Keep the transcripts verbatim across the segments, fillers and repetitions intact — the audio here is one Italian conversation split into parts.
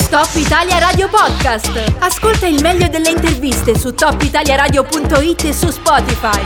Top Italia Radio Podcast. Ascolta il meglio delle interviste su top italia radio punto it e su Spotify.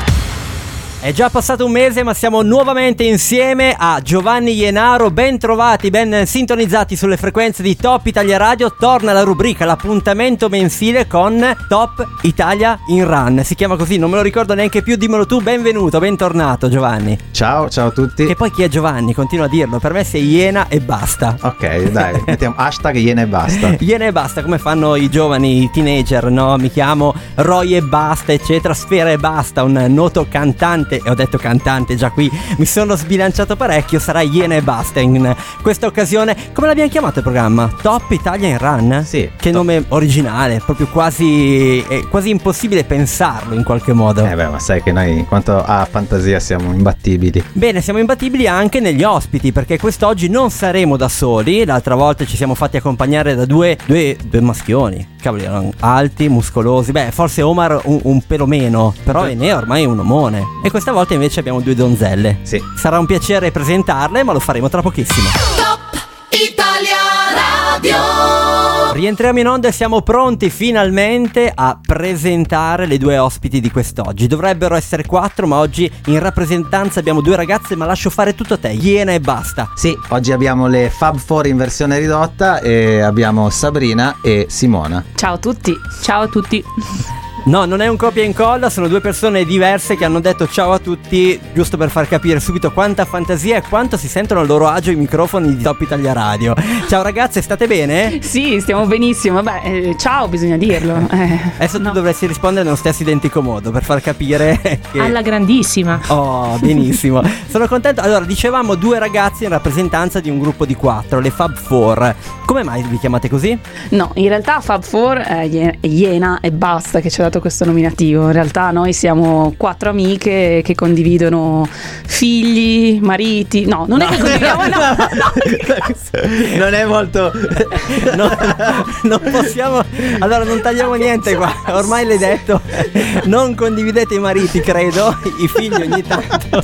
È già passato un mese, ma siamo nuovamente insieme a Giovanni Ienaro. Ben trovati, ben sintonizzati sulle frequenze di Top Italia Radio. Torna la rubrica, l'appuntamento mensile con Top Italia in Run. Si chiama così, non me lo ricordo neanche più. Dimmelo tu, benvenuto, bentornato Giovanni. Ciao, ciao a tutti. E poi chi è Giovanni? Continua a dirlo, per me sei Iena e basta. Ok, dai, mettiamo hashtag Iena e basta. Iena e basta, come fanno i giovani, i teenager, no? Mi chiamo Roy e basta, eccetera. Sfera e basta, un noto cantante. E ho detto cantante già qui, mi sono sbilanciato parecchio. Sarà Iena e basta in questa occasione. Come l'abbiamo chiamato il programma? Top Italia in Run? Sì. Che top. Nome originale, proprio quasi è quasi impossibile pensarlo in qualche modo. Eh beh, ma sai che noi in quanto a fantasia siamo imbattibili. Bene, siamo imbattibili anche negli ospiti, perché quest'oggi non saremo da soli. L'altra volta ci siamo fatti accompagnare da due, due, due maschioni. Cavoli, erano alti, muscolosi. Beh, forse Omar un, un pelo meno, però Enea ormai è un omone. E questa volta invece abbiamo due donzelle. Sì. Sarà un piacere presentarle, ma lo faremo tra pochissimo. Top Italia Radio. Rientriamo in onda e siamo pronti finalmente a presentare le due ospiti di quest'oggi. Dovrebbero essere quattro, ma oggi in rappresentanza abbiamo due ragazze, ma lascio fare tutto a te, Iena e basta. Sì, oggi abbiamo le Fab Four in versione ridotta e abbiamo Sabrina e Simona. Ciao a tutti, ciao a tutti. No, non è un copia e incolla, sono due persone diverse che hanno detto ciao a tutti, giusto per far capire subito quanta fantasia e quanto si sentono a loro agio i microfoni di Top Italia Radio. Ciao ragazze, state bene? Sì, stiamo benissimo. Beh, eh, ciao, bisogna dirlo. Eh, Adesso no. tu dovresti rispondere nello stesso identico modo per far capire che... Alla grandissima. Oh, benissimo. Sono contento. Allora, dicevamo due ragazzi in rappresentanza di un gruppo di quattro, le Fab Four. Come mai vi chiamate così? No, in realtà Fab Four è Iena e basta che ci ha dato questo nominativo. In realtà noi siamo quattro amiche che condividono figli, mariti. No, non No. è che condividiamo, no, no. Non è molto... No, non possiamo. Allora non tagliamo niente qua. Ormai l'hai detto. Non condividete i mariti, credo. I figli ogni tanto.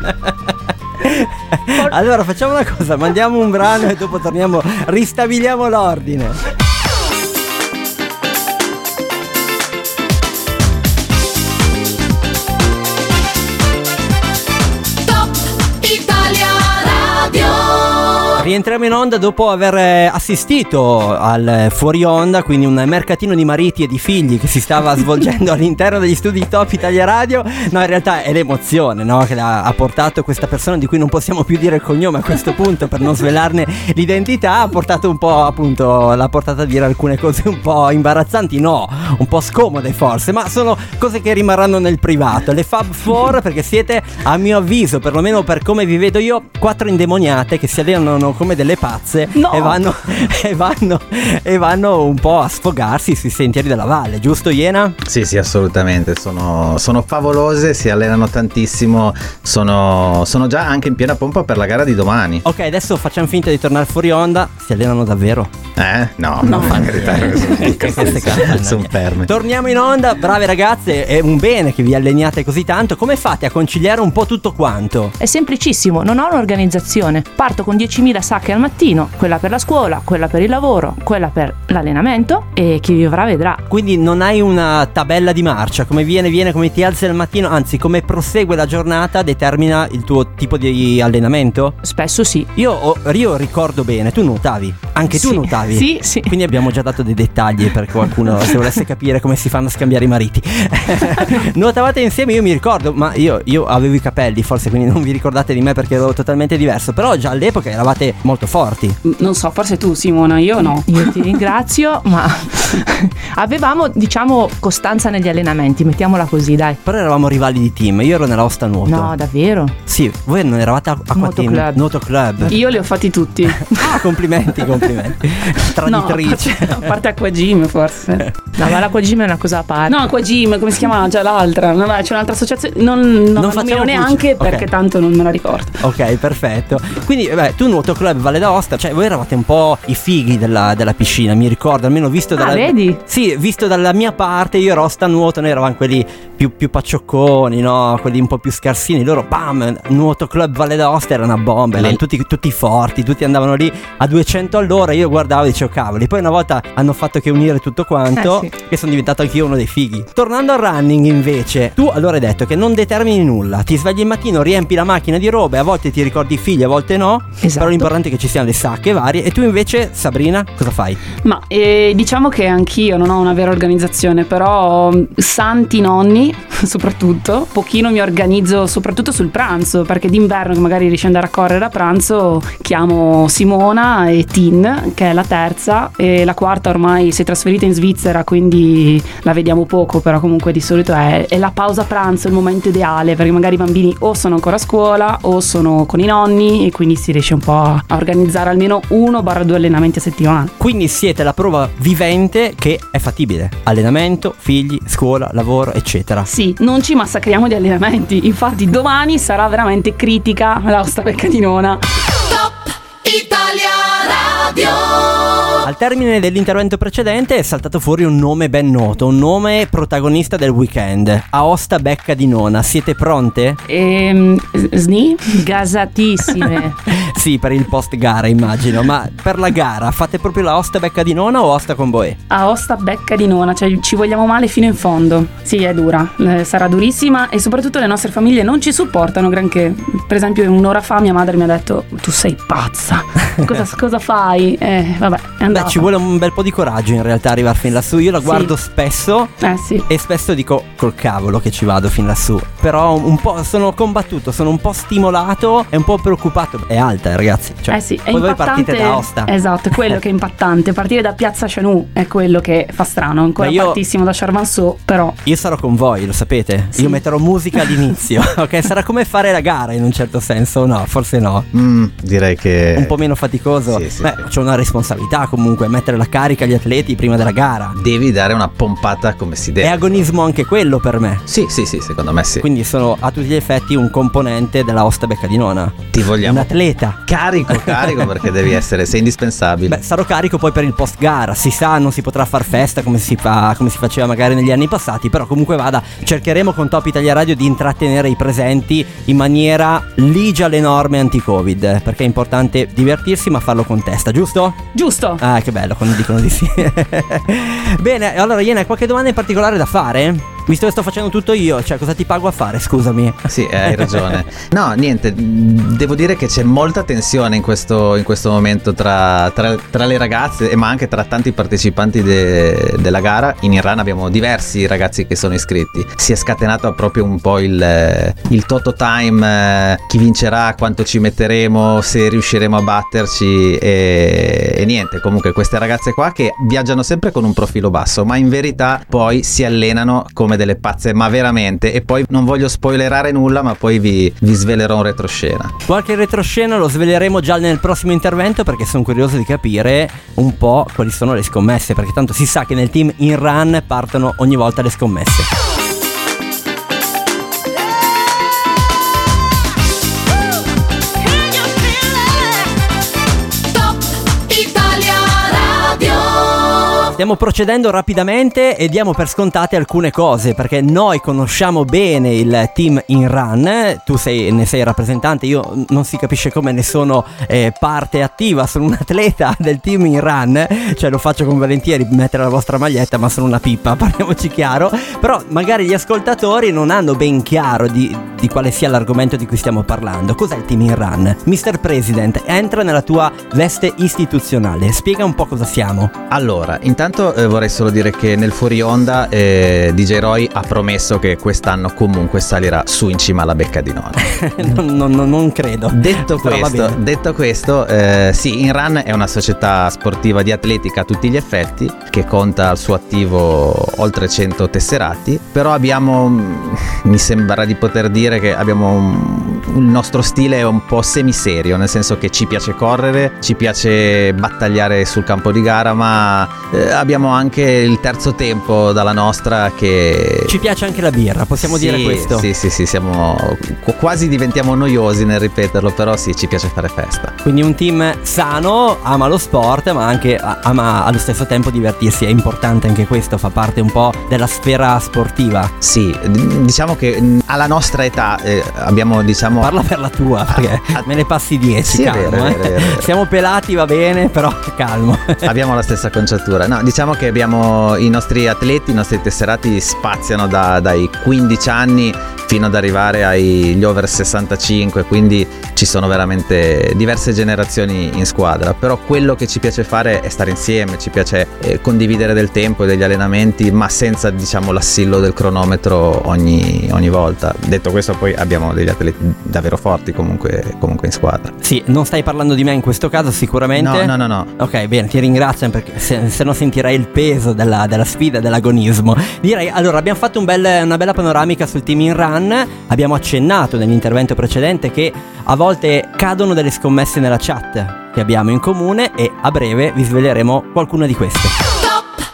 Allora facciamo una cosa, mandiamo un brano e dopo torniamo, ristabiliamo l'ordine. Rientriamo in onda dopo aver assistito al fuori onda, quindi un mercatino di mariti e di figli che si stava svolgendo all'interno degli studi Top Italia Radio. No, in realtà è l'emozione, no, che ha portato questa persona di cui non possiamo più dire il cognome a questo punto per non svelarne l'identità. Ha portato un po', appunto, l'ha portata a dire alcune cose un po' imbarazzanti, no, un po' scomode forse, ma sono cose che rimarranno nel privato. Le Fab Four, perché siete, a mio avviso, perlomeno per come vi vedo io, quattro indemoniate che si allenano come delle pazze, no. e vanno e vanno e vanno un po' a sfogarsi sui sentieri della valle, giusto Iena? Sì, sì, assolutamente. Sono, sono favolose, si allenano tantissimo. Sono, sono già anche in piena pompa per la gara di domani. Ok, adesso facciamo finta di tornare fuori onda. Si allenano davvero? Eh? No, No. no, in verità Queste cose sono ferme. Torniamo in onda, brave ragazze, è un bene che vi alleniate così tanto. Come fate a conciliare un po' tutto quanto? È semplicissimo, non ho un'organizzazione. Parto con diecimila sacche al mattino, quella per la scuola, quella per il lavoro, quella per l'allenamento, e chi vivrà vedrà. Quindi non hai una tabella di marcia, come viene viene, come ti alzi al mattino, anzi come prosegue la giornata determina il tuo tipo di allenamento? Spesso sì. Io, ho- io ricordo bene, tu nuotavi, anche tu Sì. nuotavi. Sì, sì. Quindi abbiamo già dato dei dettagli per qualcuno se volesse capire come si fanno a scambiare i mariti. Nuotavate insieme, io mi ricordo, ma io, io avevo i capelli forse, quindi non vi ricordate di me perché ero totalmente diverso, però già all'epoca eravate molto forti. Non so, forse tu Simona, io no. Io ti ringrazio, ma avevamo, diciamo, costanza negli allenamenti, mettiamola così, dai. Però eravamo rivali di team, io ero nella Osta Nuoto. No, davvero? Sì, voi non eravate a, a Nuoto team? club. Nuoto club. Io li ho fatti tutti. Ah, complimenti, complimenti. Traditrice. No, a parte, a parte Acqua Gym forse. No, ma l'acqua gym è una cosa a parte. No, Acqua Gym, come si chiama già l'altra? No, c'è un'altra associazione, non, non, Non non facciamo nomino pubblicità. neanche Ok. perché tanto non me la ricordo. Ok, perfetto. Quindi, beh, tu Nuoto Club Valle d'Aosta, cioè voi eravate un po' i fighi della, della piscina, mi ricordo, almeno visto dalla... Ah, vedi? Sì, visto dalla mia parte, io ero Osta Nuoto, noi eravamo quelli più, più pacciocconi, no? Quelli un po' più scarsini, loro, bam, Nuoto Club Valle d'Aosta era una bomba, erano Le- tutti, tutti forti, tutti andavano lì a duecento all'ora allora io guardavo e dicevo cavoli, poi una volta hanno fatto che unire tutto quanto Eh, sì. e sono diventato anch'io uno dei fighi. Tornando al running invece, tu allora hai detto che non determini nulla, ti svegli il mattino, riempi la macchina di robe, a volte ti ricordi i figli, a volte no, Esatto. però l'importante è che ci siano le sacche varie. E tu invece, Sabrina, cosa fai? Ma eh, diciamo che anch'io non ho una vera organizzazione, però mh, santi nonni soprattutto, pochino mi organizzo soprattutto sul pranzo, perché d'inverno che magari riesci ad andare a correre a pranzo chiamo Simona e Tin, che è la terza, e la quarta ormai si è trasferita in Svizzera, quindi la vediamo poco, però comunque di solito è, è la pausa pranzo, il momento ideale, perché magari i bambini o sono ancora a scuola o sono con i nonni e quindi si riesce un po' a organizzare almeno uno barra due allenamenti a settimana. Quindi siete la prova vivente che è fattibile. Allenamento, figli, scuola, lavoro, eccetera. Sì, non ci massacriamo di allenamenti, infatti domani sarà veramente critica la Osta Becca di Nona. Al termine dell'intervento precedente è saltato fuori un nome ben noto, un nome protagonista del weekend, Aosta Becca di Nona. Siete pronte? Ehm, Sni? Gasatissime. Sì, per il post gara immagino, ma per la gara fate proprio la Aosta Becca di Nona o Aosta con Boe? A Osta Becca di Nona, cioè ci vogliamo male fino in fondo. Sì, è dura, eh, sarà durissima e soprattutto le nostre famiglie non ci supportano granché. Per esempio un'ora fa mia madre mi ha detto tu sei pazza, cosa, cosa fai? Eh, vabbè, è andata. Beh, ci vuole un bel po' di coraggio in realtà arrivare fin lassù. Io la guardo Sì. spesso Eh sì. e spesso dico col cavolo che ci vado fin lassù. Però un po' sono combattuto, sono un po' stimolato e un po' preoccupato. È alta, eh, ragazzi. Cioè, Eh sì, è poi voi impattante. partite da Aosta. Esatto, è quello che è impattante. Partire da Piazza Chanù è quello che fa strano. Ancora Ma io- partissimo da Charvanceau, però. Io sarò con voi, lo sapete? Sì. Io metterò musica all'inizio. Ok, sarà come fare la gara in un certo senso. No, forse no. Mm, direi che Un po' meno faticoso. Sì, sì, Beh, sì. c'è una responsabilità comunque, mettere la carica agli atleti prima della gara. devi dare una pompata come si È deve. agonismo anche quello per me. Sì, sì, sì, secondo me sì. Quindi sono a tutti gli effetti un componente della Osta Becca di Nona. Ti Un vogliamo atleta. carico, carico perché devi essere, sei indispensabile. Beh, sarò carico poi per il post gara. Si sa, non si potrà far festa come si fa, come si faceva magari negli anni passati. Però comunque vada, cercheremo con Top Italia Radio di intrattenere i presenti in maniera ligia alle norme anti-Covid. Perché è importante divertirsi ma farlo con testa, giusto? Giusto. Ah, che bello, quando dicono di sì. Bene, allora Iena, hai qualche domanda in particolare da fare? Visto che sto facendo tutto io, cioè cosa ti pago a fare, scusami? Sì, hai ragione. No, niente, mh, devo dire che c'è molta tensione in questo, in questo momento tra, tra, tra le ragazze, e ma anche tra tanti partecipanti de- della gara. In Iran abbiamo diversi ragazzi che sono iscritti. Si è scatenato proprio un po' il, il Toto Time, eh, chi vincerà, quanto ci metteremo, se riusciremo a batterci e, e niente, comunque queste ragazze qua che viaggiano sempre con un profilo basso, ma in verità poi si allenano come delle pazze, ma veramente. E poi non voglio spoilerare nulla, ma poi vi, vi svelerò un retroscena. Qualche retroscena lo sveleremo già nel prossimo intervento, perché sono curioso di capire un po' quali sono le scommesse, perché tanto si sa che nel team in run partono ogni volta le scommesse. Stiamo procedendo rapidamente e diamo per scontate alcune cose, perché noi conosciamo bene il team in run. Tu sei, ne sei rappresentante, io non si capisce come ne sono eh, parte attiva, sono un atleta del team in run, cioè lo faccio con volentieri mettere la vostra maglietta, ma sono una pippa, parliamoci chiaro. Però magari gli ascoltatori non hanno ben chiaro di, di quale sia l'argomento di cui stiamo parlando. Cos'è il team in run? mister President, entra nella tua veste istituzionale, spiega un po' cosa siamo. Allora, intanto eh, vorrei solo dire che nel fuori onda eh, D J Roy ha promesso che quest'anno comunque salirà su in cima alla Becca di Nona. non, non, non credo. Detto Però va questo, bene. detto questo eh, sì, In Run è una società sportiva di atletica a tutti gli effetti, che conta al suo attivo oltre cento tesserati. Però abbiamo, mi sembra di poter dire che abbiamo un, il nostro stile è un po' semiserio, nel senso che ci piace correre, ci piace battagliare sul campo di gara, ma eh, abbiamo anche il terzo tempo dalla nostra che Ci piace anche la birra, possiamo Sì, dire questo. Sì, sì, sì, siamo qu- quasi diventiamo noiosi nel ripeterlo, però sì, ci piace fare festa. Quindi un team sano, ama lo sport, ma anche a- ama allo stesso tempo divertirsi. È importante anche questo, fa parte un po' della sfera sportiva. Sì, d- diciamo che mh, alla nostra età eh, abbiamo diciamo abbiamo... Parla per la tua, perché Ah, me ne passi dieci, sì, è calmo, vero, è eh. vero, è vero. Siamo pelati, va bene, però calmo. Abbiamo la stessa conciatura. No, diciamo che abbiamo i nostri atleti, i nostri tesserati spaziano da, dai quindici anni fino ad arrivare agli over sessantacinque, quindi ci sono veramente diverse generazioni in squadra. Però quello che ci piace fare è stare insieme, ci piace eh, condividere del tempo e degli allenamenti, ma senza, diciamo, l'assillo del cronometro ogni, ogni volta. Detto questo, poi abbiamo degli atleti davvero forti comunque, comunque in squadra. Sì, non stai parlando di me in questo caso sicuramente. No, no, no, no. Ok, bene, ti ringrazio, perché se, se no sentirei il peso della, della sfida, dell'agonismo. Direi, allora, abbiamo fatto un bel, una bella panoramica sul team in run. Abbiamo accennato nell'intervento precedente che a volte cadono delle scommesse nella chat che abbiamo in comune, e a breve vi sveleremo qualcuna di queste. Top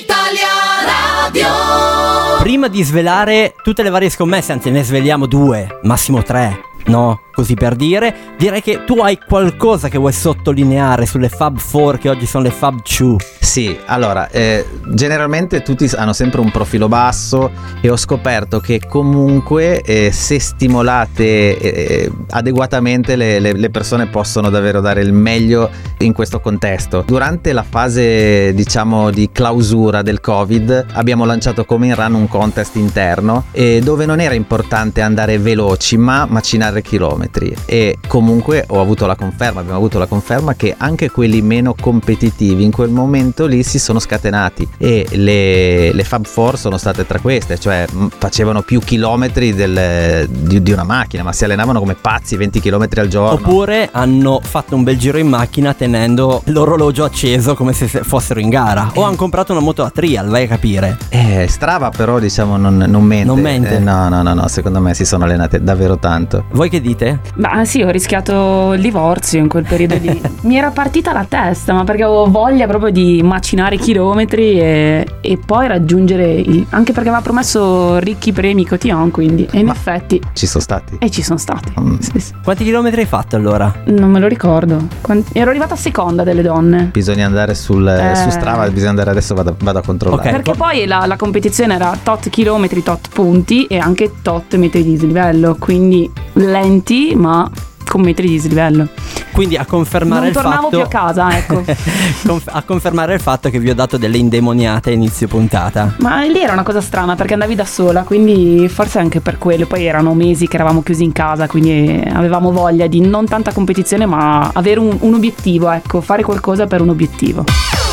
Italia Radio. Prima di svelare tutte le varie scommesse, anzi ne sveliamo due, massimo tre, no? Così per dire, direi che tu hai qualcosa che vuoi sottolineare sulle Fab quattro, che oggi sono le Fab due. Sì, allora, eh, generalmente tutti hanno sempre un profilo basso, e ho scoperto che comunque eh, se stimolate eh, adeguatamente le, le, le persone possono davvero dare il meglio in questo contesto. Durante la fase, diciamo, di clausura del Covid abbiamo lanciato come in run un contest interno, eh, dove non era importante andare veloci ma macinare chilometri, e comunque ho avuto la conferma, abbiamo avuto la conferma che anche quelli meno competitivi in quel momento lì si sono scatenati, e le, le Fab quattro sono state tra queste, cioè mh, facevano più chilometri del, di, di una macchina, ma si allenavano come pazzi, venti chilometri al giorno. Oppure hanno fatto un bel giro in macchina tenendo l'orologio acceso come se fossero in gara, o hanno comprato una moto a trial, vai a capire. Eh, Strava però, diciamo, non, non mente. Non mente. Eh, no, no, no, no, secondo me si sono allenate davvero tanto. Voi che dite? Ma sì, ho rischiato il divorzio in quel periodo di... Mi era partita la testa, ma perché avevo voglia proprio di macinare chilometri e, e poi raggiungere il... anche perché aveva promesso ricchi premi Cotillon, quindi, e in Ma- effetti... Ci sono stati. E ci sono stati. Mm. Sì, sì. Quanti chilometri hai fatto allora? Non me lo ricordo. Quant- Ero arrivata seconda delle donne. Bisogna andare sul, Eh. su Strava, bisogna andare adesso, vado, vado a controllare. Ok. Perché poi la, la competizione era tot chilometri, tot punti e anche tot metri di dislivello, quindi lenti ma con metri di dislivello. Quindi a confermare Non il tornavo fatto più a casa, ecco. Conf- a confermare il fatto che vi ho dato delle indemoniate a inizio puntata. Ma lì era una cosa strana perché andavi da sola, quindi forse anche per quello. Poi erano mesi che eravamo chiusi in casa, quindi avevamo voglia di non tanta competizione ma avere un, un obiettivo, ecco, fare qualcosa per un obiettivo.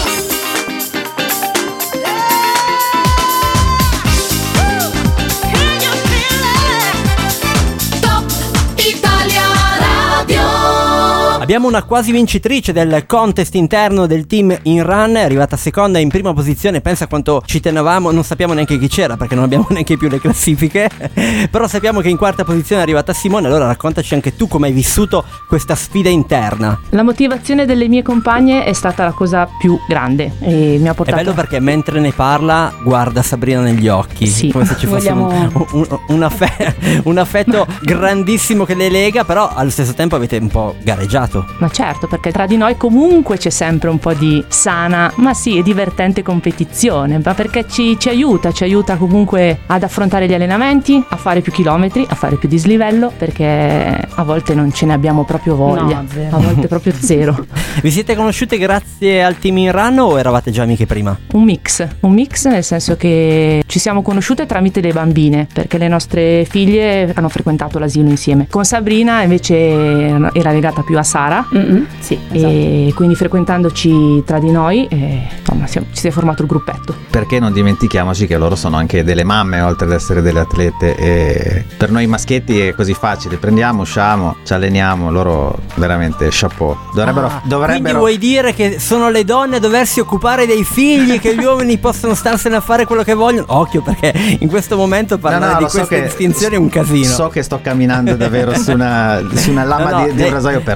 Top Italia Radio. Abbiamo una quasi vincitrice del contest interno del team in run, è arrivata seconda in prima posizione. Pensa quanto ci tenevamo, non sappiamo neanche chi c'era perché non abbiamo neanche più le classifiche. Però sappiamo che in quarta posizione è arrivata Simone. Allora raccontaci anche tu come hai vissuto questa sfida interna. La motivazione delle mie compagne è stata la cosa più grande e mi ha È portato... bello perché mentre ne parla guarda Sabrina negli occhi, Sì. come se ci fosse Vogliamo- un, un- un affe- un affetto grandissimo che le lega, però allo stesso tempo avete un po' gareggiato. Ma certo, perché tra di noi comunque c'è sempre un po' di sana, ma sì, e divertente competizione, ma perché ci, ci aiuta, ci aiuta comunque ad affrontare gli allenamenti, a fare più chilometri, a fare più dislivello, perché a volte non ce ne abbiamo proprio voglia, No, zero. a volte proprio zero. Vi siete conosciute grazie al team in run o eravate già amiche prima? Un mix, un mix nel senso che ci siamo conosciute tramite le bambine, perché le nostre figlie hanno frequentato l'asilo insieme. Con Sabrina invece era legata più a Sara. Mm-mm. Sì, Esatto. e quindi frequentandoci tra di noi, eh, insomma, siamo- ci si è formato il gruppetto. Perché non dimentichiamoci che loro sono anche delle mamme oltre ad essere delle atlete, e per noi maschietti è così facile, prendiamo, usciamo, ci alleniamo, loro veramente chapeau. Dovrebbero, Ah, Quindi dovrebbero vuoi dire che sono le donne a doversi occupare dei figli, che gli uomini possono starsene a fare quello che vogliono? Occhio, perché in questo momento parlare No, no, di lo so queste che- distinzioni è un casino. So che sto camminando davvero su una, su una lama No, no, di, di le- un rasoio, però Quella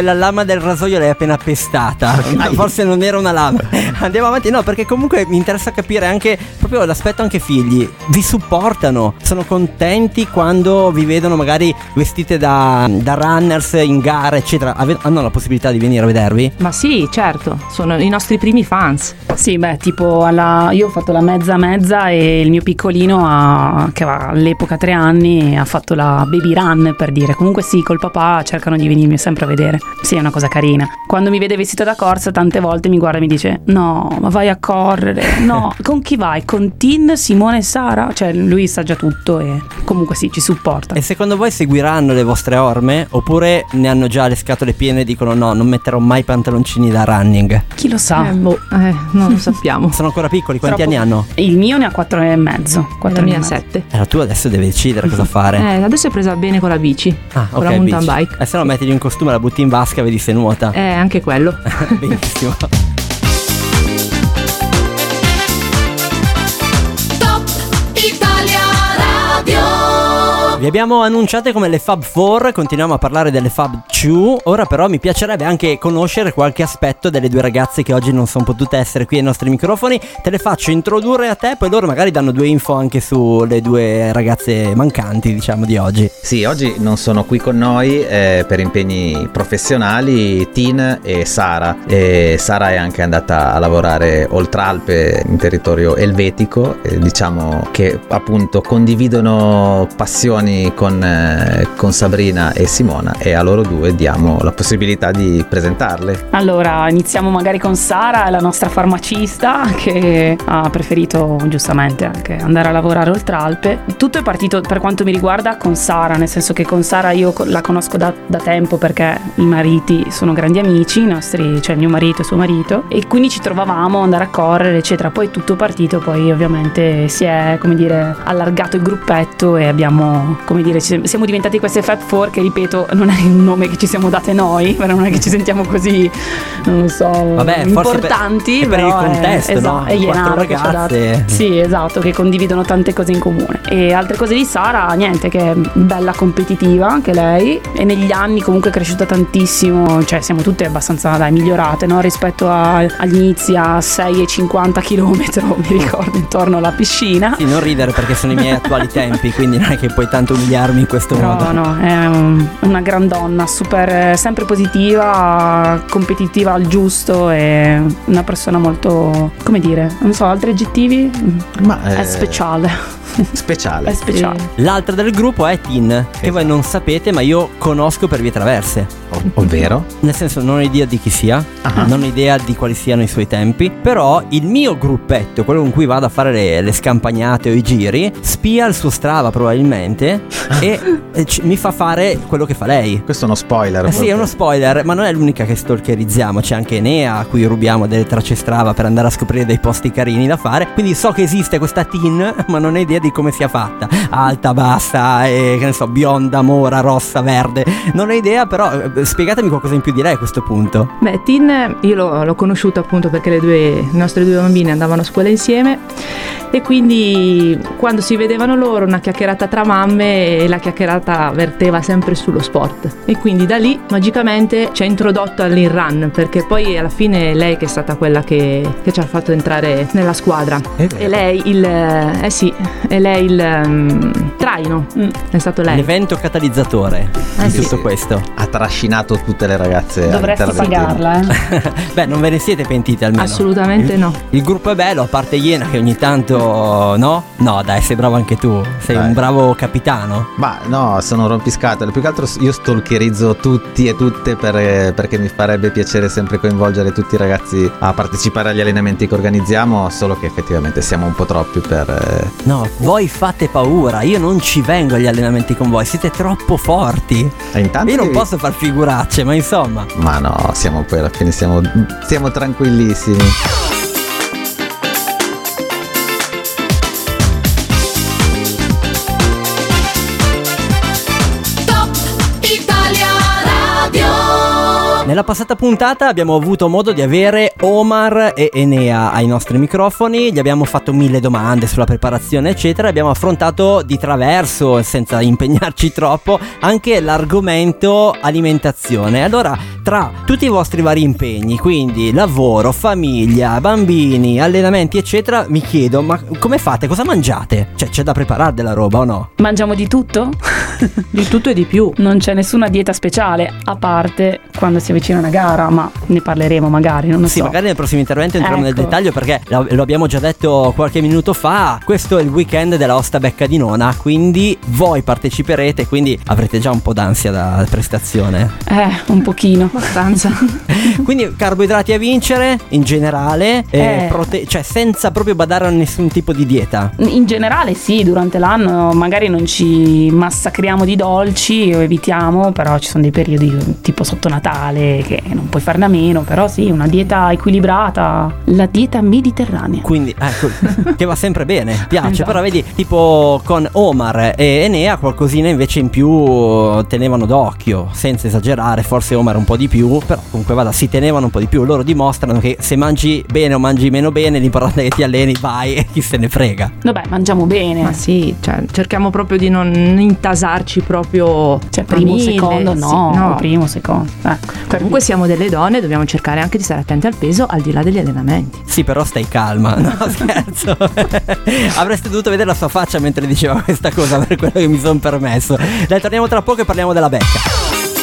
la lama del rasoio l'hai appena pestata. Forse non era una lama. Andiamo avanti. No, perché comunque mi interessa capire anche proprio l'aspetto anche figli. Vi supportano? Sono contenti quando vi vedono magari vestite da, da runners in gara, eccetera? Ave- hanno la possibilità di venire a vedervi? Ma sì, certo, sono i nostri primi fans. Sì, beh, tipo alla, io ho fatto la mezza mezza e il mio piccolino ha, che aveva all'epoca tre anni ha fatto la baby run, per dire. Comunque sì, col papà cercano di venirmi sempre a vedere. Sì, è una cosa carina. Quando mi vede vestito da corsa tante volte mi guarda e mi dice: no, ma vai a correre. No, con chi vai? Con Tin, Simone e Sara? Cioè lui sa già tutto e comunque sì, ci supporta. E secondo voi seguiranno le vostre orme? Oppure ne hanno già le scatole piene e dicono no, non metterò mai pantaloncini da running? Chi lo sa? Eh, boh, eh, non lo sappiamo. Sono ancora piccoli, quanti Troppo- anni hanno? Il mio ne ha quattro e mezzo. Quattro La mia anni e mezzo. sette. Eh, la tua adesso deve decidere cosa fare. Eh, adesso è presa bene con la bici. Ah, con ok, la mountain bici. bike. E se no mettigli in costume, la butti in vasca e vedi se nuota. Eh, anche quello. Benissimo. Top Italia Radio. Vi abbiamo annunciate come le Fab Four, continuiamo a parlare delle Fab Two. Ora però mi piacerebbe anche conoscere qualche aspetto delle due ragazze che oggi non sono potute essere qui ai nostri microfoni. Te le faccio introdurre a te, poi loro magari danno due info anche sulle due ragazze mancanti, diciamo, di oggi. Sì, oggi non sono qui con noi eh, per impegni professionali Tin e Sara. E Sara è anche andata a lavorare oltre Alpe in territorio elvetico. E diciamo che appunto condividono passioni con, eh, con Sabrina e Simona, e a loro due diamo la possibilità di presentarle. Allora, iniziamo magari con Sara, la nostra farmacista, che ha preferito giustamente anche andare a lavorare oltre Alpe. Tutto è partito, per quanto mi riguarda, con Sara, nel senso che con Sara io la conosco da, da tempo perché i mariti sono grandi amici, i nostri, cioè mio marito e suo marito, e quindi ci trovavamo, andare a correre, eccetera. Poi tutto partito, poi ovviamente si è, come dire, allargato il gruppetto e abbiamo, come dire, ci siamo diventati queste Fab Four, che ripeto non è un nome che ci siamo date noi, però non è che ci sentiamo così, non lo so, Vabbè, importanti, forse per, è per il però contesto, è, no? esatto, è Quattro Ienaro che ci ha dato. ragazze. Sì, esatto, che condividono tante cose in comune. E altre cose di Sara, niente, che è bella competitiva anche lei, e negli anni comunque è cresciuta tantissimo, cioè siamo tutte abbastanza, dai, migliorate, no? Rispetto a, agli inizi a sei virgola cinquanta chilometri, mi ricordo, intorno alla piscina. Sì, non ridere perché sono i miei attuali tempi, quindi non è che puoi tanto umiliarmi in questo No, modo. no, è un- una gran donna, super, sempre positiva, competitiva al giusto, e una persona molto, come dire, non so, altri aggettivi? Ma È eh, speciale. speciale. È speciale. L'altra del gruppo è Tin, che voi non sapete ma io conosco per vie traverse. Ov- ovvero? Nel senso, non ho idea di chi sia, Ah. non ho idea di quali siano i suoi tempi, però il mio gruppetto, quello con cui vado a fare le, le scampagnate o i giri, spia il suo Strava probabilmente e, e ci- mi fa fare quello che fa lei. Questo è uno spoiler. Eh sì, è proprio. uno spoiler, ma non è l'unica che stalkerizziamo, c'è anche Enea a cui rubiamo delle tracce Strava per andare a scoprire dei posti carini da fare, quindi so che esiste questa Tin, ma non ho idea di come sia fatta, alta, bassa, e, che ne so, bionda, mora, rossa, verde, non ho idea, però eh, spiegatemi qualcosa in più di lei a questo punto. Beh, Tin io l'ho, l'ho conosciuta appunto perché le, due, le nostre due bambine andavano a scuola insieme, e quindi quando si vedevano loro una chiacchierata tra mamme, e la chiacchierata verteva sempre sullo sport, e quindi da lì magicamente ci ha introdotto all'in run, perché poi alla fine è lei che è stata quella che, che ci ha fatto entrare nella squadra. È vero. E lei il eh sì, è lei il um, traino, Mm. è stato lei. L'evento catalizzatore Eh di sì. tutto Sì. questo. Ha trascinato tutte le ragazze Dovresti all'interno del team. pagarla, eh. Beh, non ve ne siete pentiti almeno? Assolutamente Il- no. Il gruppo è bello, a parte Iena che ogni tanto, no? No, dai, sei bravo anche tu, sei Dai. un bravo capitano. Ma no, sono un rompiscatole. Più che altro io stalkerizzo tutti e tutte per- perché mi farebbe piacere sempre coinvolgere tutti i ragazzi a partecipare agli allenamenti che organizziamo, solo che effettivamente siamo un po' troppi per... eh, No, voi fate paura, io non ci vengo agli allenamenti con voi, siete troppo forti. e intanto Io non devi- posso far figuracce, ma insomma. Ma no, siamo poi alla fine siamo, siamo tranquillissimi. Top Italia Radio. Nella passata puntata abbiamo avuto modo di avere Omar e Enea ai nostri microfoni, gli abbiamo fatto mille domande sulla preparazione eccetera, abbiamo affrontato di traverso, senza impegnarci troppo, anche l'argomento alimentazione. Allora, tra tutti i vostri vari impegni, quindi lavoro, famiglia, bambini, allenamenti eccetera, mi chiedo, ma come fate? Cosa mangiate? Cioè, c'è da preparare della roba o no? Mangiamo di tutto? Di tutto e di più. Non c'è nessuna dieta speciale, a parte quando si avvicina una gara, ma ne parleremo magari, non lo Sì, so. magari nel prossimo intervento entriamo Ecco. nel dettaglio, perché lo lo abbiamo già detto qualche minuto fa, questo è il weekend della Osta Becca di Nona, quindi voi parteciperete, quindi avrete già un po' d'ansia da prestazione. Eh, un pochino. Abbastanza. Quindi carboidrati a vincere in generale, eh, Eh. prote- cioè senza proprio badare a nessun tipo di dieta. In generale sì, durante l'anno magari non ci massacriamo di dolci o evitiamo, però ci sono dei periodi tipo sotto Natale che non puoi farne a meno, però sì, una dieta equilibrata, la dieta mediterranea. Quindi ecco, che va sempre bene, piace. Esatto. Però vedi, tipo con Omar e Enea qualcosina invece in più tenevano d'occhio, senza esagerare, forse Omar un po' di più, però comunque vada, si tenevano un po' di più. Loro dimostrano che se mangi bene o mangi meno bene, l'importante è che ti alleni, vai e chi se ne frega. Vabbè, mangiamo bene. Ma sì, cioè, cerchiamo proprio di non intasarci proprio. Cioè, a primo, mille, secondo, sì, no, no. primo, secondo. Ecco. Comunque siamo delle donne, dobbiamo cercare anche di stare attenti al peso al di là degli allenamenti. Sì, però stai calma, no scherzo. Avreste dovuto vedere la sua faccia mentre diceva questa cosa, per quello che mi sono permesso. Dai, torniamo tra poco e parliamo della becca.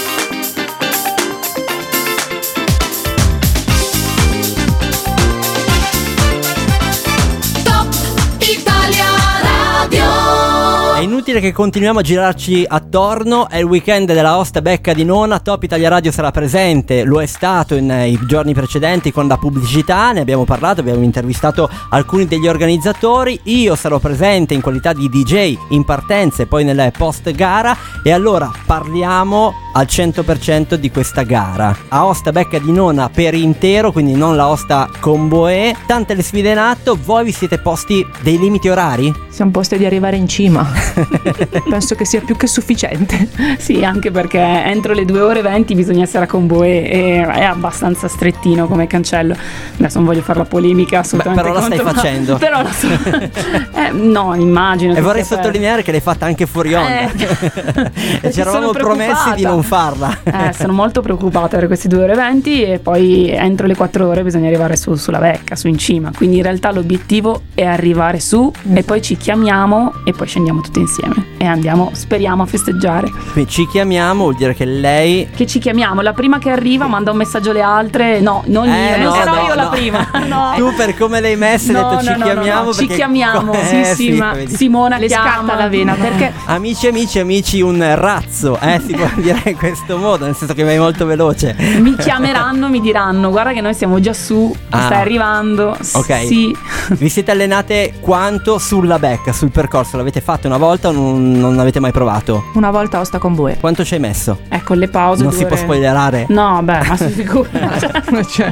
È inutile che continuiamo a girarci attorno, è il weekend della Osta Becca di Nona, Top Italia Radio sarà presente, lo è stato in, i giorni precedenti con la pubblicità, ne abbiamo parlato, abbiamo intervistato alcuni degli organizzatori, io sarò presente in qualità di D J in partenza e poi nel post gara, e allora parliamo al cento per cento di questa gara. A Osta Becca di Nona per intero, quindi non la Osta Comboe, tante le sfide in atto, voi vi siete posti dei limiti orari? Siamo posti di arrivare in cima. Penso che sia più che sufficiente. Sì, anche perché entro le due ore e venti bisogna essere a Comboe e è abbastanza strettino come cancello. Adesso non voglio fare la polemica assolutamente. Beh, però la stai contro, ma- facendo. Però la so- eh, no, immagino. E che vorrei sia per- sottolineare che l'hai fatta anche fuori onda. Eh, e perché ci eravamo sono promessi preoccupata. di non farla. Eh, sono molto preoccupata per questi due ore e venti e poi entro le quattro ore bisogna arrivare su, sulla Becca, su in cima. Quindi in realtà l'obiettivo è arrivare su e poi ci chiamiamo e poi scendiamo tutti insieme e andiamo, speriamo, a festeggiare. Quindi ci chiamiamo, vuol dire che lei... Che ci chiamiamo, la prima che arriva manda un messaggio alle altre. No, non Eh, io, no, non sarò no, io la no. prima. No. Tu per come l'hai messa hai No, detto ci no, no, no, chiamiamo no, ci perché- chiamiamo. Eh, Sì, sì, ma vedi. Simona Le chiama scatta la vena, perché Amici, amici, amici, un razzo, eh, si può dire in questo modo, nel senso che vai molto veloce. mi chiameranno, mi diranno guarda che noi siamo già su, Ah. stai arrivando. Ok. Sì. Vi siete allenate quanto sulla Becca, sul percorso? L'avete fatto una volta o non, non avete mai provato? una volta Osta Comboe. Quanto ci hai messo? Eh, con le pause Non due si può ore- spoilerare? No, beh, ma sei sicuro? Cioè,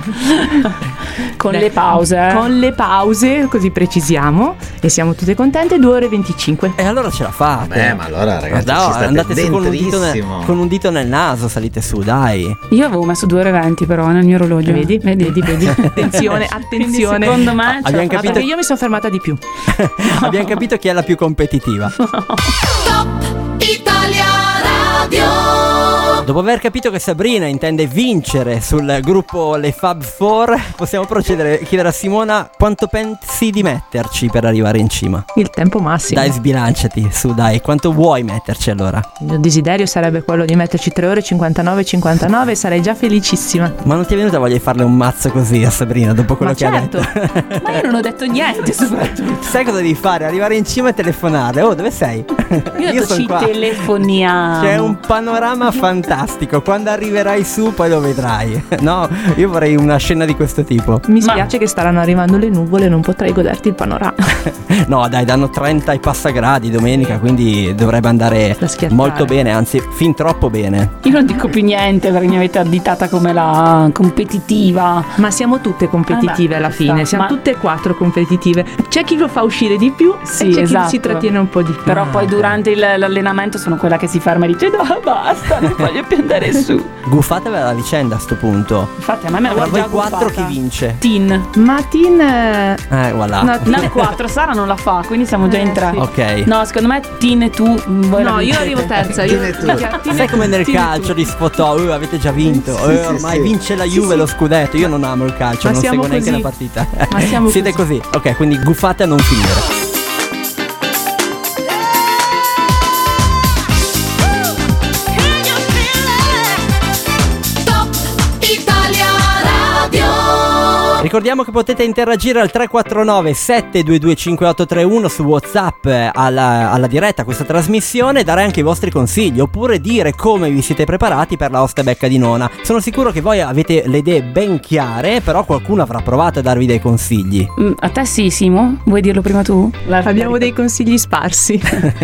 Con Dai, le pause eh. Con le pause, così precisiamo. E siamo tutte contente, due ore e venticinque. E allora ce la fate. Beh, ma allora ragazzi, No, ci state andate su con un, dito nel, dentrissimo. con un dito nel naso, salite su, dai. Io avevo messo due ore e venti però nel mio orologio. Vedi, vedi, vedi. Attenzione, Quindi attenzione. secondo me ce Abbiamo la fate. capito- Perché io mi sono fermata di più. Abbiamo capito chi è la più competitiva. Dopo aver capito che Sabrina intende vincere sul gruppo Le Fab Four, possiamo procedere a chiedere a Simona quanto pensi di metterci per arrivare in cima. Il tempo massimo. Dai, sbilanciati, su dai, quanto vuoi metterci allora? Il mio desiderio sarebbe quello di metterci tre ore e cinquantanove e cinquantanove e sarei già felicissima. Ma non ti è venuta voglia di farle un mazzo così a Sabrina dopo quello Ma che certo. ha detto? Ma io non ho detto niente soprattutto. Sai cosa devi fare? Arrivare in cima e telefonare. Oh, dove sei? Io ho detto son ci qua. telefoniamo. C'è un panorama fantastico. Quando arriverai su poi lo vedrai. No, io vorrei una scena di questo tipo. Mi Ma- spiace che staranno arrivando le nuvole e non potrai goderti il panorama. No, dai, danno trenta e passa gradi domenica, quindi dovrebbe andare Da schiattare. molto bene, anzi fin troppo bene. Io non dico più niente perché mi avete additata come la competitiva. Ma siamo tutte competitive Ah, beh, alla ci fine, sta. siamo Ma- tutte e quattro competitive. C'è chi lo fa uscire di più Sì, e c'è esatto. chi si trattiene un po' di più. Però poi durante il- l'allenamento sono quella che si ferma e dice no basta, non voglio più andare su. Guffatevela la vicenda a sto punto. Infatti a me me Allora l'aveva voi già quattro guffata. chi vince? Tin. Ma Tin eh, Eh voilà. no, No, il quattro, Sara non la fa, quindi siamo già Eh, in tre. sì. Ok. No, secondo me Tin e tu voi la no, io vincete. arrivo terza. Io Tin e tu. Tin Sai come nel Tin e tu. calcio di sfotò, uh, avete già vinto, Sì, eh, sì, ormai sì. vince la Juve sì. lo scudetto. Io non amo il calcio, Ma non siamo seguo neanche così. la partita. Ma siamo Siete così. Ok, quindi guffate a non finire. Top Italia Radio. Ricordiamo che potete interagire al tre quattro nove sette due due cinque otto tre uno su WhatsApp eh, alla, alla diretta a questa trasmissione e dare anche i vostri consigli oppure dire come vi siete preparati per la Oste Becca di Nona. Sono sicuro che voi avete le idee ben chiare, però qualcuno avrà provato a darvi dei consigli. Mm, A te sì, Simo? Vuoi dirlo prima tu? La- Abbiamo dei consigli sparsi.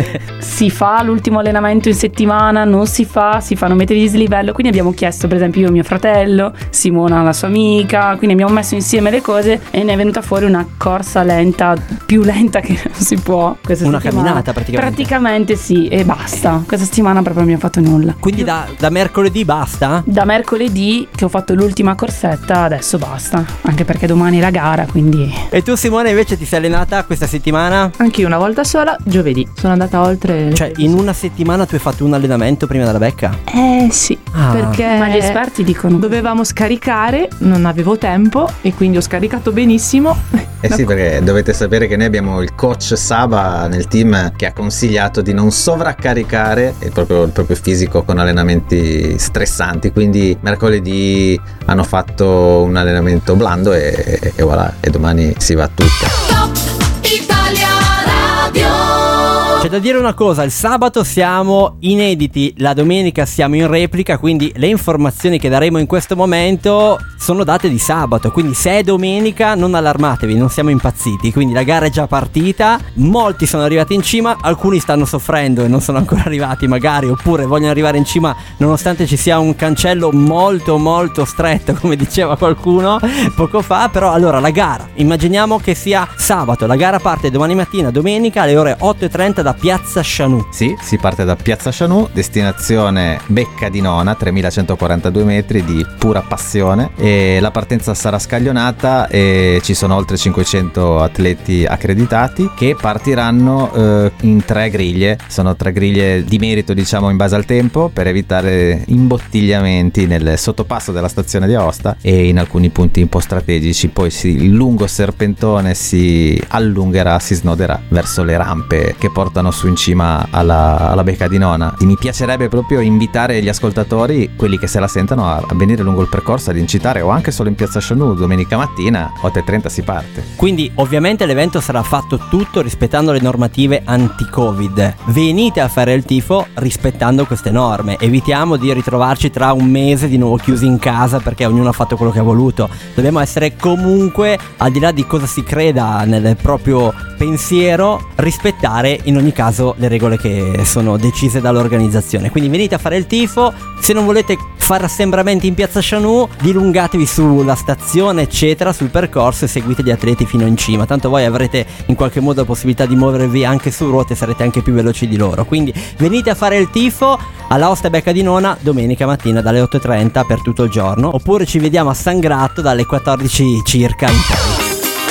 Si fa l'ultimo allenamento in settimana, non si fa, si fanno metri di dislivello, quindi abbiamo chiesto per esempio io e mio fratello, Simona la sua amica, quindi abbiamo messo insieme le cose e ne è venuta fuori una corsa lenta, più lenta che non si può questa Una settimana. camminata praticamente. Praticamente sì, e basta. Questa settimana proprio non abbiamo fatto nulla. Quindi da, da mercoledì basta? Da mercoledì che ho fatto l'ultima corsetta adesso basta, anche perché domani è la gara, quindi E tu Simone invece ti sei allenata questa settimana? Anche io una volta sola, giovedì. Sono andata oltre. Cioè in una settimana tu hai fatto un allenamento prima della becca? Eh sì, Ah. perché ma gli esperti dicono dovevamo scaricare, non avevo tempo e quindi ho scaricato benissimo. Eh sì, perché dovete sapere che noi abbiamo il coach Saba nel team che ha consigliato di non sovraccaricare il proprio, il proprio fisico con allenamenti stressanti, quindi mercoledì hanno fatto un allenamento blando e, e voilà, e domani si va a tutto. Top Italia Radio. C'è da dire una cosa, il sabato siamo inediti, la domenica siamo in replica, quindi le informazioni che daremo in questo momento sono date di sabato, quindi se è domenica non allarmatevi, non siamo impazziti, quindi la gara è già partita, molti sono arrivati in cima, alcuni stanno soffrendo e non sono ancora arrivati magari, oppure vogliono arrivare in cima nonostante ci sia un cancello molto molto stretto, come diceva qualcuno poco fa. Però allora la gara, immaginiamo che sia sabato, la gara parte domani mattina, domenica alle ore otto e trenta da Piazza Chanù. Sì, si parte da Piazza Chanù, destinazione Becca di Nona, tremilacentoquarantadue metri di pura passione, e la partenza sarà scaglionata e ci sono oltre cinquecento atleti accreditati che partiranno eh, in tre griglie. Sono tre griglie di merito, diciamo, in base al tempo, per evitare imbottigliamenti nel sottopasso della stazione di Aosta e in alcuni punti un po' strategici. Poi si, il lungo serpentone si allungherà, si snoderà verso le rampe che portano su in cima alla, alla Becca di Nona. E mi piacerebbe proprio invitare gli ascoltatori, quelli che se la sentono, a, a venire lungo il percorso, ad incitare, o anche solo in Piazza Chanù domenica mattina otto e trenta si parte. Quindi ovviamente l'evento sarà fatto tutto rispettando le normative anti-Covid. Venite a fare il tifo rispettando queste norme, evitiamo di ritrovarci tra un mese di nuovo chiusi in casa perché ognuno ha fatto quello che ha voluto. Dobbiamo essere comunque, al di là di cosa si creda nel proprio pensiero, rispettare in ogni caso le regole che sono decise dall'organizzazione. Quindi venite a fare il tifo, se non volete fare assembramenti in Piazza Chanù, dilungatevi sulla stazione eccetera, sul percorso, e seguite gli atleti fino in cima, tanto voi avrete in qualche modo la possibilità di muovervi anche su ruote, sarete anche più veloci di loro. Quindi venite a fare il tifo alla Oste Becca di Nona domenica mattina dalle otto e trenta per tutto il giorno, oppure ci vediamo a San Gratto dalle quattordici circa in poi.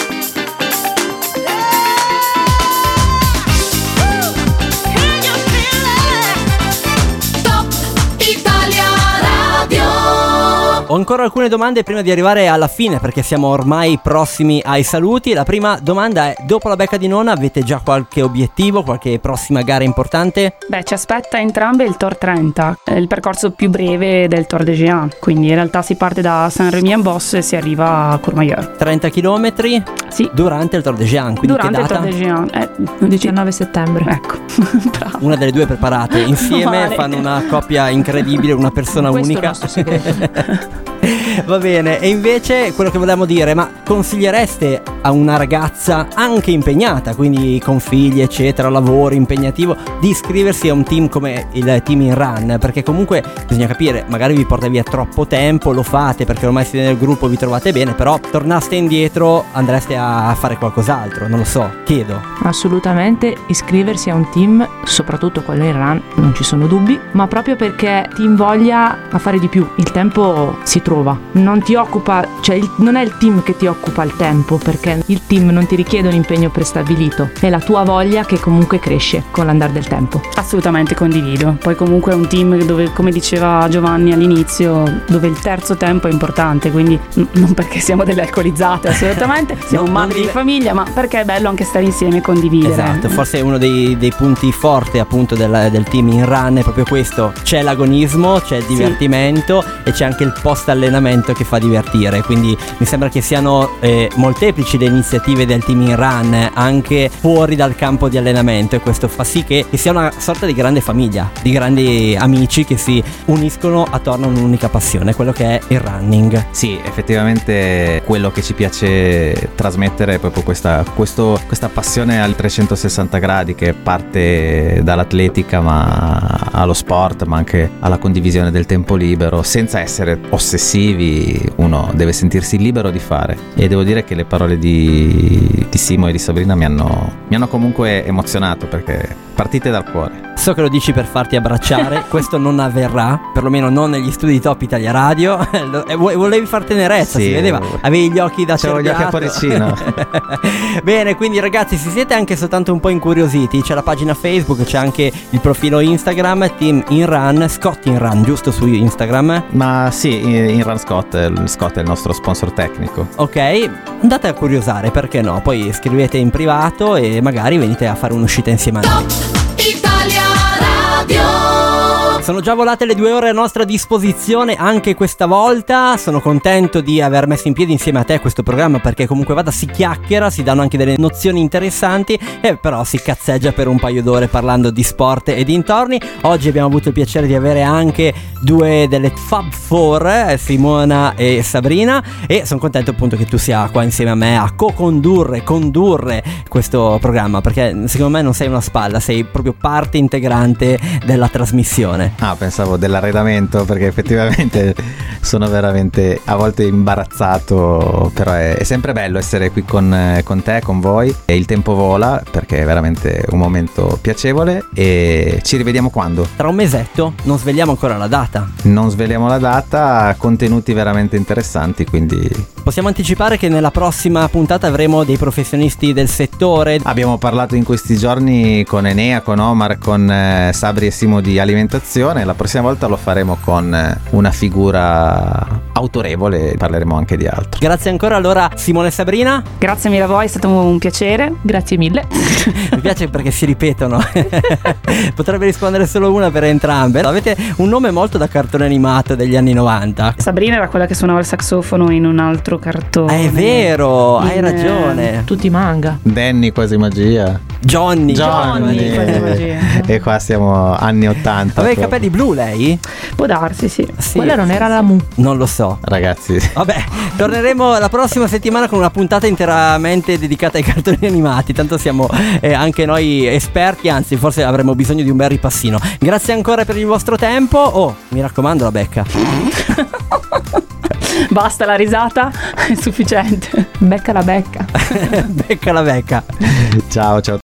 Ho ancora alcune domande prima di arrivare alla fine, perché siamo ormai prossimi ai saluti. La prima domanda è: dopo la Becca di Nona avete già qualche obiettivo, qualche prossima gara importante? Beh, ci aspetta entrambe il Tor trenta, è il percorso più breve del Tor des Géants, quindi in realtà si parte da Saint-Rémy-en-Bosse e si arriva a Courmayeur. trenta chilometri Sì, durante il Tor des Géants, quindi durante che il Tor data? des Géants. Eh, diciannove settembre. Ecco, bravo. Una delle due preparate insieme Male. fanno una coppia incredibile, una persona Questo è il unica. nostro segreto. Va bene, e invece quello che volevamo dire, ma consigliereste a una ragazza anche impegnata, quindi con figli eccetera, lavoro impegnativo, di iscriversi a un team come il Team in Run? Perché comunque bisogna capire, magari vi porta via troppo tempo, lo fate perché ormai siete nel gruppo, vi trovate bene, però tornaste indietro, andreste a fare qualcos'altro, non lo so, chiedo. Assolutamente iscriversi a un team soprattutto quello in run, non ci sono dubbi, ma proprio perché ti invoglia a fare di più. Il tempo si trova, non ti occupa, cioè il, non è il team che ti occupa il tempo, perché il team non ti richiede un impegno prestabilito, è la tua voglia che comunque cresce con l'andare del tempo. Assolutamente condivido. Poi comunque è un team dove, come diceva Giovanni all'inizio, dove il terzo tempo è importante, quindi n- non perché siamo delle alcolizzate assolutamente, siamo Non- madri non di dire- famiglia, ma perché è bello anche stare insieme e condividere. Esatto, forse è uno dei, dei punti forti appunto del, del team in run è proprio questo: c'è l'agonismo, c'è il divertimento e c'è anche il post allenamento che fa divertire, quindi mi sembra che siano eh, molteplici le iniziative del team in run anche fuori dal campo di allenamento, e questo fa sì che, che sia una sorta di grande famiglia, di grandi amici che si uniscono attorno a un'unica passione, quello che è il running. Sì, effettivamente quello che ci piace trasmettere è proprio questa, questo, questa passione al trecentosessanta gradi, che parte dall'atletica ma allo sport, ma anche alla condivisione del tempo libero, senza essere ossessivi. Uno deve sentirsi libero di fare, e devo dire che le parole di, di Simo e di Sabrina mi hanno, mi hanno comunque emozionato, perché partite dal cuore. So che lo dici per farti abbracciare, questo non avverrà, perlomeno non negli studi di Top Italia Radio. E volevi far tenerezza, Sì, si vedeva, avevi gli occhi da c'avevo gli occhi a cerbiato. cuoricino. Bene, quindi ragazzi, se siete anche soltanto un po' incuriositi, c'è la pagina Facebook, c'è anche il profilo Instagram, Team in Run, Scott in Run, giusto, su Instagram? Ma sì, in Run Scott, Scott è il nostro sponsor tecnico. Ok, andate a curiosare, perché no? Poi scrivete in privato e magari venite a fare un'uscita insieme a noi. Italia Radio. Sono già volate le due ore a nostra disposizione anche questa volta. Sono contento di aver messo in piedi insieme a te questo programma, perché comunque vada si chiacchiera, si danno anche delle nozioni interessanti, e però si cazzeggia per un paio d'ore parlando di sport e dintorni. Oggi abbiamo avuto il piacere di avere anche due delle Fab Four, Simona e Sabrina, e sono contento appunto che tu sia qua insieme a me a co-condurre, condurre questo programma, perché secondo me non sei una spalla, sei proprio parte integrante della trasmissione. Ah, pensavo dell'arredamento, perché effettivamente sono veramente a volte imbarazzato, però è, è sempre bello essere qui con, con te, con voi, e il tempo vola, perché è veramente un momento piacevole. E ci rivediamo quando? Tra un mesetto, non sveliamo ancora la data. Non sveliamo la data, contenuti veramente interessanti, quindi Possiamo anticipare che nella prossima puntata avremo dei professionisti del settore. abbiamo parlato in questi giorni con Enea, con Omar, con eh, Sabri e Simo di alimentazione. La prossima volta lo faremo con eh, una figura autorevole, parleremo anche di altro. Grazie ancora allora Simone e Sabrina. Grazie mille a voi, è stato un piacere. Grazie mille. Mi piace perché si ripetono. Potrebbe rispondere solo una per entrambe. Avete un nome molto da cartone animato degli anni novanta. Sabrina era quella che suonava il saxofono in un altro cartone. Ah, è vero, hai In, ragione. Tutti manga. Danny, quasi magia. Johnny. Johnny, quasi magia. E qua siamo anni ottanta. Aveva i proprio. capelli blu lei? Può darsi, sì. Sì. Quella non era la Mu. Non lo so. Ragazzi, Vabbè, torneremo la prossima settimana con una puntata interamente dedicata ai cartoni animati. Tanto siamo eh, anche noi esperti, anzi forse avremo bisogno di un bel ripassino. Grazie ancora per il vostro tempo. Oh, mi raccomando la becca. Basta la risata, è sufficiente. Becca la becca. Becca la becca. ciao ciao.